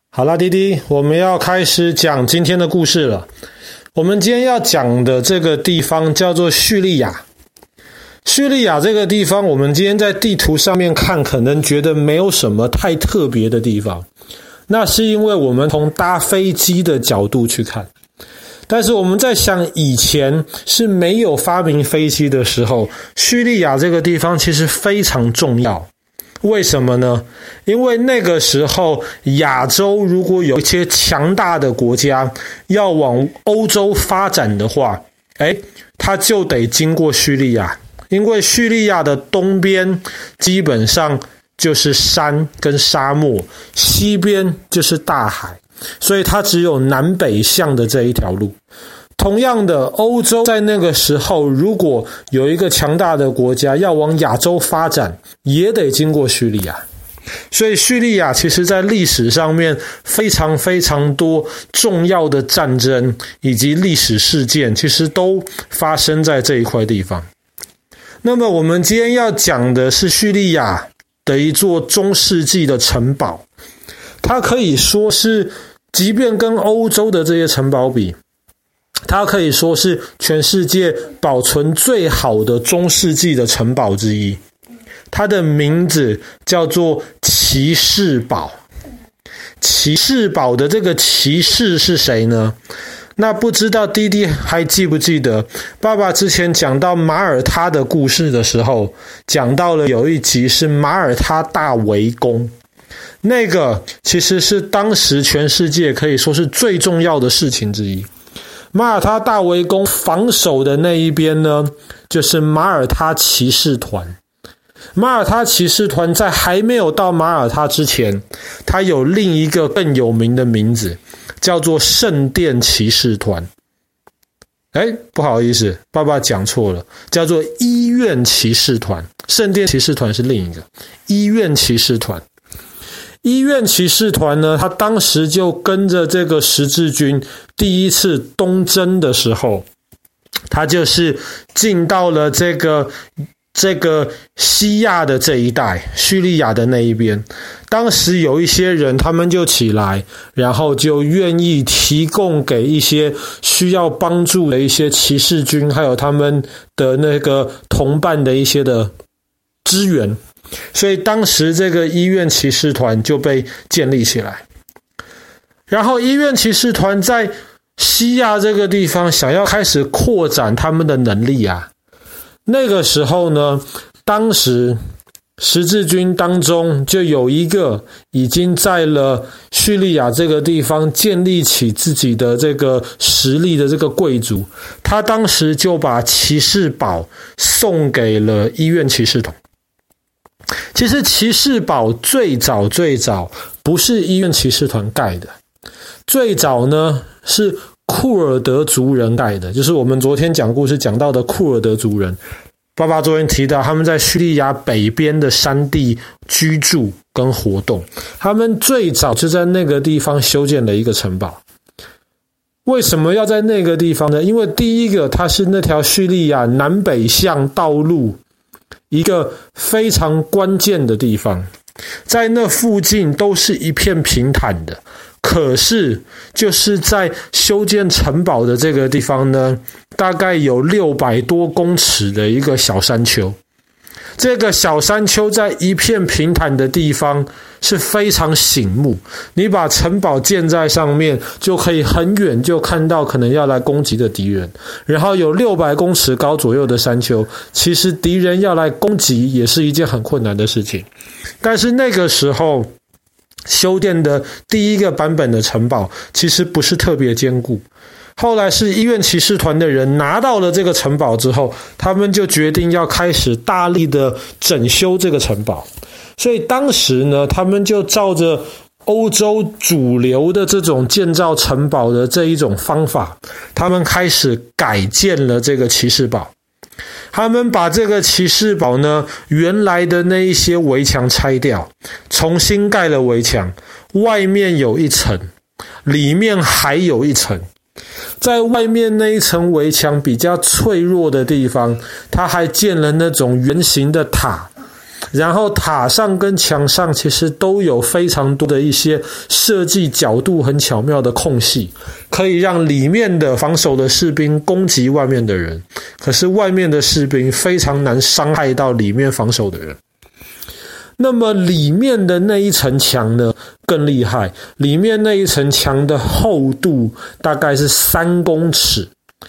好啦，弟弟，我们要开始讲今天的故事了。我们今天要讲的这个地方叫做叙利亚。叙利亚这个地方，我们今天在地图上面看，可能觉得没有什么太特别的地方。那是因为我们从搭飞机的角度去看。但是我们在想，以前是没有发明飞机的时候，叙利亚这个地方其实非常重要。为什么呢？因为那个时候亚洲如果有一些强大的国家要往欧洲发展的话，它就得经过叙利亚。因为叙利亚的东边基本上就是山跟沙漠，西边就是大海，所以它只有南北向的这一条路。同样的，欧洲在那个时候如果有一个强大的国家要往亚洲发展，也得经过叙利亚。所以叙利亚其实在历史上面非常非常多重要的战争以及历史事件，其实都发生在这一块地方。那么我们今天要讲的是叙利亚的一座中世纪的城堡，它可以说是即便跟欧洲的这些城堡比，它可以说是全世界保存最好的中世纪的城堡之一。它的名字叫做骑士堡。骑士堡的这个骑士是谁呢？那不知道弟弟还记不记得，爸爸之前讲到马耳他的故事的时候，讲到了有一集是马耳他大围攻。那个其实是当时全世界可以说是最重要的事情之一。马耳他大围攻防守的那一边呢，就是马耳他骑士团。马耳他骑士团在还没有到马耳他之前，它有另一个更有名的名字，叫做圣殿骑士团。不好意思，爸爸讲错了，叫做医院骑士团。圣殿骑士团是另一个，医院骑士团。医院骑士团呢，他当时就跟着这个十字军第一次东征的时候，他就是进到了这个西亚的这一带，叙利亚的那一边。当时有一些人他们就起来，然后就愿意提供给一些需要帮助的一些骑士军还有他们的那个同伴的一些的支援，所以当时这个医院骑士团就被建立起来。然后医院骑士团在西亚这个地方想要开始扩展他们的能力啊。那个时候呢，当时十字军当中就有一个已经在了叙利亚这个地方建立起自己的这个实力的这个贵族，他当时就把骑士堡送给了医院骑士团。其实骑士堡最早不是医院骑士团盖的，最早呢是库尔德族人盖的，就是我们昨天讲故事讲到的库尔德族人。爸爸昨天提到他们在叙利亚北边的山地居住跟活动，他们最早就在那个地方修建了一个城堡。为什么要在那个地方呢？因为第一个，它是那条叙利亚南北向道路一个非常关键的地方，在那附近都是一片平坦的，可是就是在修建城堡的这个地方呢，大概有600多公尺的一个小山丘。这个小山丘在一片平坦的地方是非常醒目，你把城堡建在上面，就可以很远就看到可能要来攻击的敌人。然后有600公尺高左右的山丘，其实敌人要来攻击也是一件很困难的事情。但是那个时候修建的第一个版本的城堡其实不是特别坚固。后来是医院骑士团的人拿到了这个城堡之后，他们就决定要开始大力的整修这个城堡。所以当时呢，他们就照着欧洲主流的这种建造城堡的这一种方法，他们开始改建了这个骑士堡。他们把这个骑士堡呢，原来的那一些围墙拆掉，重新盖了围墙，外面有一层，里面还有一层。在外面那一层围墙比较脆弱的地方，它还建了那种圆形的塔， 然后塔上跟墙上其实都有非常多的一些设计角度很巧妙的空隙，可以让里面的防守的士兵攻击外面的人，可是外面的士兵非常难伤害到里面防守的人。那么里面的那一层墙呢更厉害，里面那一层墙的厚度大概是3公尺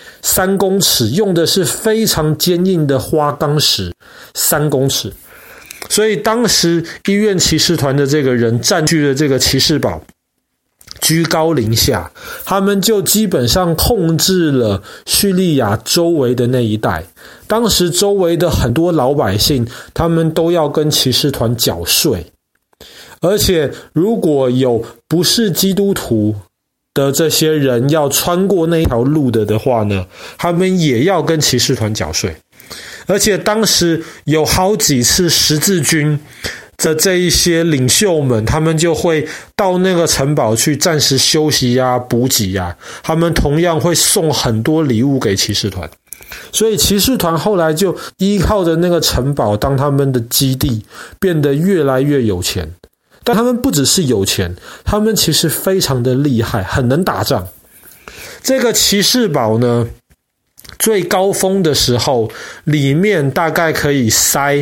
，3公尺，用的是非常坚硬的花岗石，3公尺。所以当时医院骑士团的这个人占据了这个骑士堡，居高临下，他们就基本上控制了叙利亚周围的那一带。当时周围的很多老百姓，他们都要跟骑士团缴税，而且如果有不是基督徒的这些人要穿过那条路的话呢，他们也要跟骑士团缴税。而且当时有好几次十字军的这一些领袖们，他们就会到那个城堡去暂时休息啊、补给啊，他们同样会送很多礼物给骑士团。所以骑士团后来就依靠着那个城堡当他们的基地，变得越来越有钱。但他们不只是有钱，他们其实非常的厉害，很能打仗。这个骑士堡呢，最高峰的时候，里面大概可以塞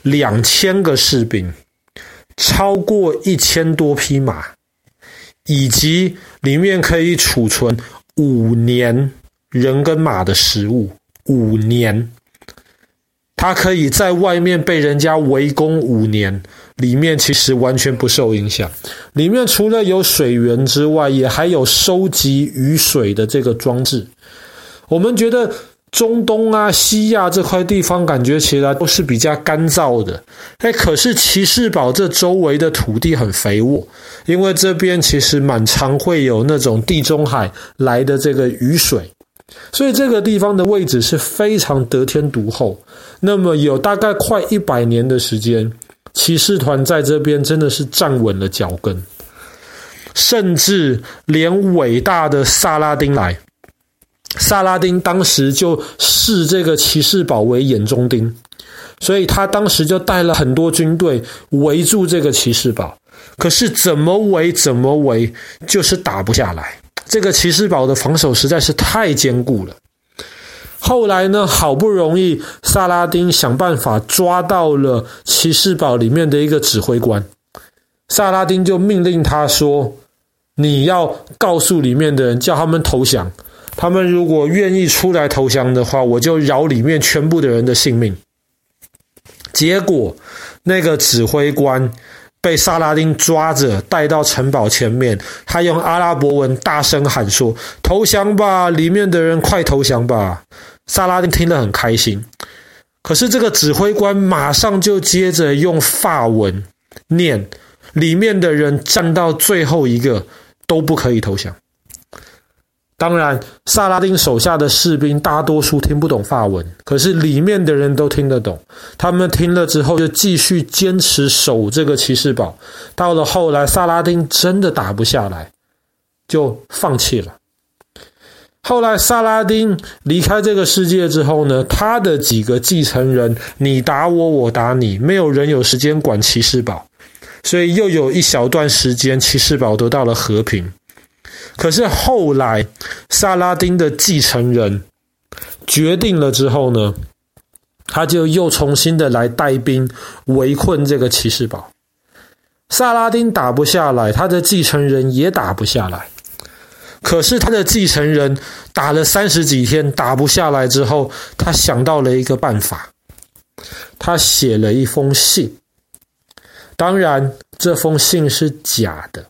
2000个士兵，超过1000多匹马，以及里面可以储存5年人跟马的食物，5年。它可以在外面被人家围攻5年，里面其实完全不受影响。里面除了有水源之外，也还有收集雨水的这个装置。我们觉得中东啊、西亚这块地方感觉起来都是比较干燥的，可是骑士堡这周围的土地很肥沃，因为这边其实蛮常会有那种地中海来的这个雨水，所以这个地方的位置是非常得天独厚。那么有大概快100年的时间，骑士团在这边真的是站稳了脚跟，甚至连伟大的萨拉丁来，萨拉丁当时就视这个骑士堡为眼中钉，所以他当时就带了很多军队围住这个骑士堡，可是怎么围就是打不下来，这个骑士堡的防守实在是太坚固了。后来呢，好不容易萨拉丁想办法抓到了骑士堡里面的一个指挥官，萨拉丁就命令他说，你要告诉里面的人，叫他们投降，他们如果愿意出来投降的话，我就饶里面全部的人的性命。结果那个指挥官被萨拉丁抓着带到城堡前面，他用阿拉伯文大声喊说，投降吧，里面的人快投降吧。萨拉丁听得很开心，可是这个指挥官马上就接着用法文念，里面的人站到最后一个都不可以投降。当然萨拉丁手下的士兵大多数听不懂法文，可是里面的人都听得懂，他们听了之后就继续坚持守这个骑士堡。到了后来萨拉丁真的打不下来，就放弃了。后来萨拉丁离开这个世界之后呢，他的几个继承人你打我我打你，没有人有时间管骑士堡，所以又有一小段时间骑士堡得到了和平。可是后来萨拉丁的继承人决定了之后呢，他就又重新的来带兵围困这个骑士堡。萨拉丁打不下来，他的继承人也打不下来。可是他的继承人打了30几天打不下来之后，他想到了一个办法，他写了一封信。当然这封信是假的。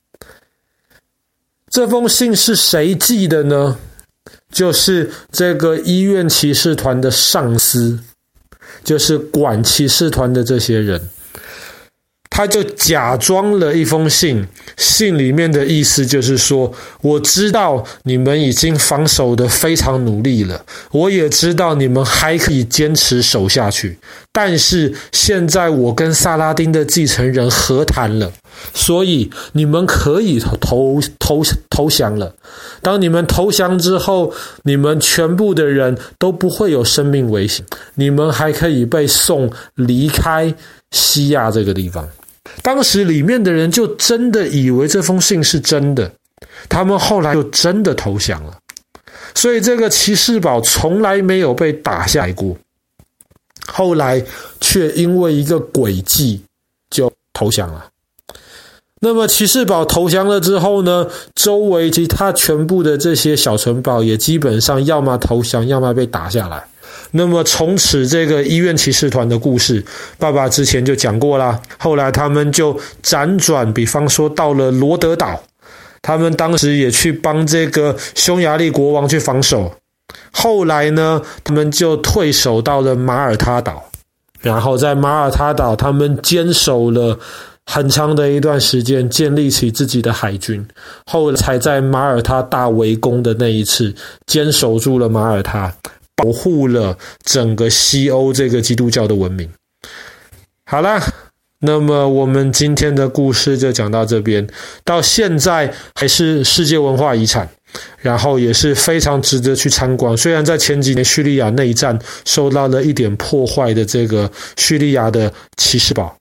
这封信是谁寄的呢？就是这个医院骑士团的上司，就是管骑士团的这些人。他就假装了一封信，信里面的意思就是说，我知道你们已经防守得非常努力了，我也知道你们还可以坚持守下去，但是现在我跟萨拉丁的继承人和谈了， 所以你们可以投降了。当你们投降之后，你们全部的人都不会有生命危险，你们还可以被送离开西亚这个地方。当时里面的人就真的以为这封信是真的，他们后来就真的投降了。所以这个骑士堡从来没有被打下来过，后来却因为一个诡计就投降了。那么骑士堡投降了之后呢，周围其他全部的这些小城堡也基本上要么投降，要么被打下来。那么从此这个医院骑士团的故事，爸爸之前就讲过啦。后来他们就辗转，比方说到了罗德岛，他们当时也去帮这个匈牙利国王去防守。后来呢，他们就退守到了马耳他岛，然后在马耳他岛他们坚守了很长的一段时间，建立起自己的海军，后来才在马耳他大围攻的那一次坚守住了马耳他，保护了整个西欧这个基督教的文明。好啦，那么我们今天的故事就讲到这边，到现在还是世界文化遗产，然后也是非常值得去参观。虽然在前几年叙利亚内战受到了一点破坏的这个叙利亚的骑士堡，